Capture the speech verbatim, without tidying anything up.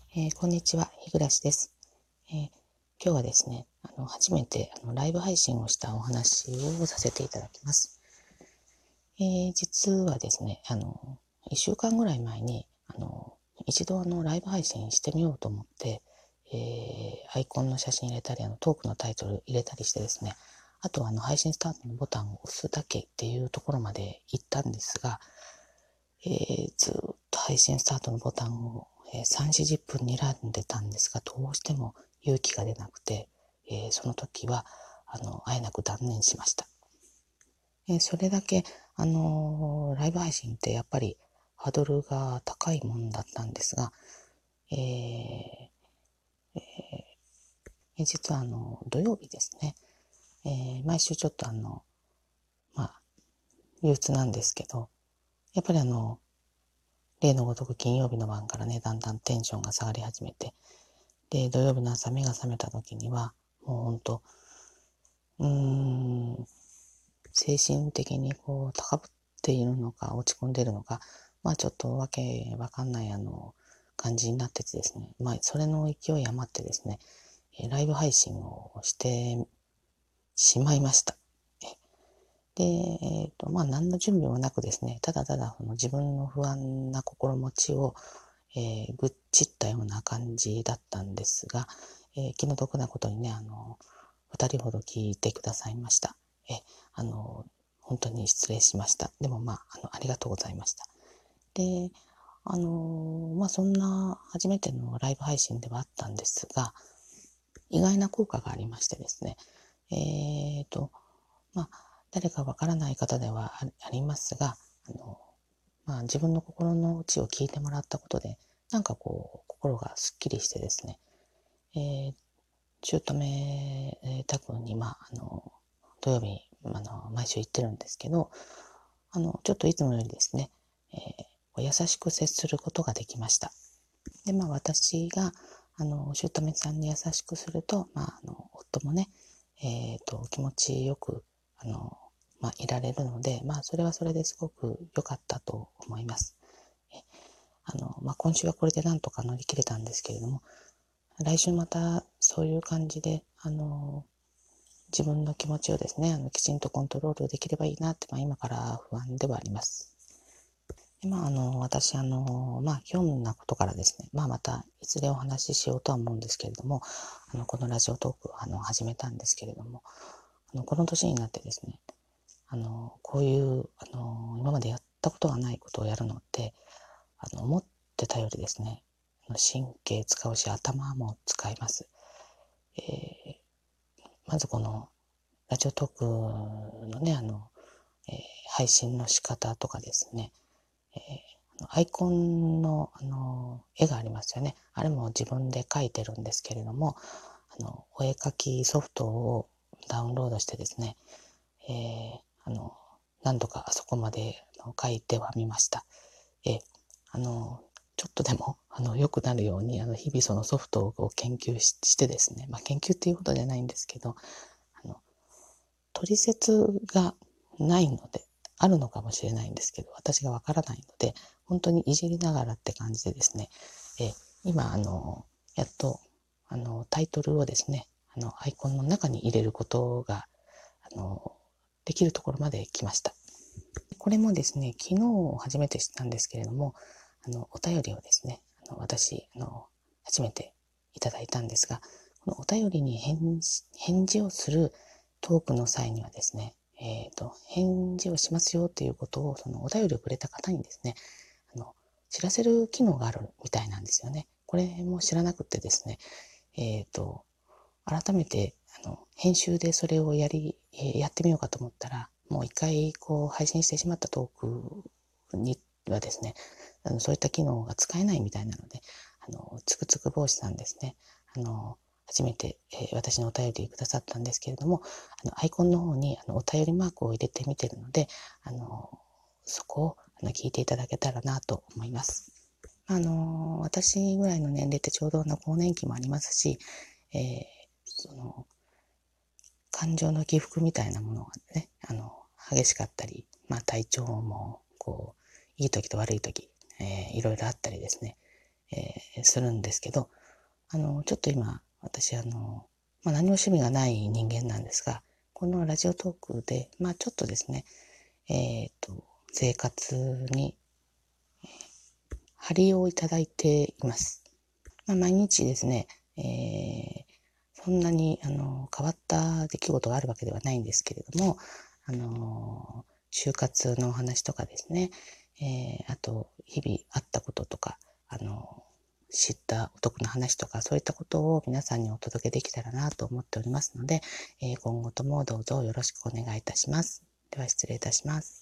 えーこんにちは、日暮です。えー今日はですね、あの初めてあのライブ配信をしたお話をさせていただきます。えー実はですね、あのいっしゅうかんぐらい前にあの一度あのライブ配信してみようと思って、えーアイコンの写真入れたり、あのトークのタイトル入れたりしてですね、あとはあの配信スタートのボタンを押すだけっていうところまで行ったんですが、えーずっと配信スタートのボタンを、えー、さん、よんじゅっぷん睨んでたんですが、どうしても勇気が出なくて、えーその時は、あの、あえなく断念しました。えーそれだけ、あのーライブ配信ってやっぱりハードルが高いもんだったんですが、えーえー実はあの、土曜日ですね、えー毎週ちょっとあの、まあ、憂鬱なんですけど、やっぱりあの、例のごとく金曜日の晩からね、だんだんテンションが下がり始めて、で、土曜日の朝目が覚めた時には、もうほんと、うーん、精神的にこう、高ぶっているのか、落ち込んでいるのか、まあちょっとわけわかんないあの、感じになっててですね、まあそれの勢い余ってですね、ライブ配信をしてしまいました。で、えっと、まあ何の準備もなくですね、ただただその自分の不安な心持ちを、えー、ぐっちったような感じだったんですが、えー気の毒なことにね、あの、二人ほど聞いてくださいました。え、あの、本当に失礼しました。でもまあ、あの、ありがとうございました。で、あの、まあそんな初めてのライブ配信ではあったんですが、意外な効果がありましてですね、えっと、まあ、誰かわからない方ではありますが、あの、まあ、自分の心の内を聞いてもらったことで、なんかこう、心がすっきりしてですね、えー、姑宅に、まあ、あの、土曜日、あの、毎週行ってるんですけど、あの、ちょっといつもよりですね、えー、優しく接することができました。で、まあ、私が、あの、姑さんに優しくすると、まあ、あの、夫もね、えっと、気持ちよく、あの、まあ、いられるので、まあ、それはそれですごく良かったと思います。えあの、まあ、今週はこれでなんとか乗り切れたんですけれども、来週またそういう感じで、あの、自分の気持ちをですね、あの、きちんとコントロールできればいいなって、まあ、今から不安ではあります。で、まあ、あの、私、あの、まあ、ひょんなことからですね、まあ、また、いずれお話ししようとは思うんですけれども、あの、このラジオトークを、あの、始めたんですけれども、あの、この年になってですね、あの、こういう、あの、今までやったことがないことをやるのって、あの、思ってたよりですね、神経使うし、頭も使います。えーまずこの、ラジオトークのね、あの、えー配信の仕方とかですね、えーアイコンの、あの、絵がありますよね。あれも自分で描いてるんですけれども、あの、お絵描きソフトをダウンロードしてですね、えーあの、何度かあそこまで描いてはみました。えーあの、ちょっとでも、あの、良くなるように、あの、日々そのソフトを研究ししてですね、まあ、研究っていうことじゃないんですけど、あの、取説がないので、あるのかもしれないんですけど、私がわからないので、本当にいじりながらって感じでですね、え今、あの、やっと、あの、タイトルをですね、あの、アイコンの中に入れることが、あの、できるところまで来ました。これもですね、昨日初めて知ったんですけれども、あの、お便りをですね、あの私、あの、初めていただいたんですが、このお便りに返返事をするトークの際にはですね、えっと、返事をしますよということを、そのお便りをくれた方にですね、あの、知らせる機能があるみたいなんですよね。これも知らなくてですね、えっと、改めて、あの、編集でそれをやり、えーやってみようかと思ったら、もう一回、こう、配信してしまったトークにはですね、あの、そういった機能が使えないみたいなので、あの、つくつく帽子さんですね、あの、初めて、えー私のお便りくださったんですけれども、あの、アイコンの方に、あの、お便りマークを入れてみてるので、あの、そこを、あの、聞いていただけたらなと思います。あの、私ぐらいの年齢ってちょうどあの更年期もありますし、えーその、感情の起伏みたいなものがね、あの、激しかったり、まあ体調も、こう、いい時と悪い時、えーいろいろあったりですね、 えー、するんですけど、あの、ちょっと今、私、あの、まあ、何も趣味がない人間なんですが、このラジオトークで、まあ、ちょっとですね、えっと、生活に張りをいただいています。まあ、毎日ですね、えー、そんなに、あの、変わった出来事があるわけではないんですけれども、あの、就活のお話とかですね、えー、あと、日々あったこととか、あの、知ったお得な話とか、そういったことを皆さんにお届けできたらなと思っておりますので、えー、今後ともどうぞよろしくお願いいたします。では失礼いたします。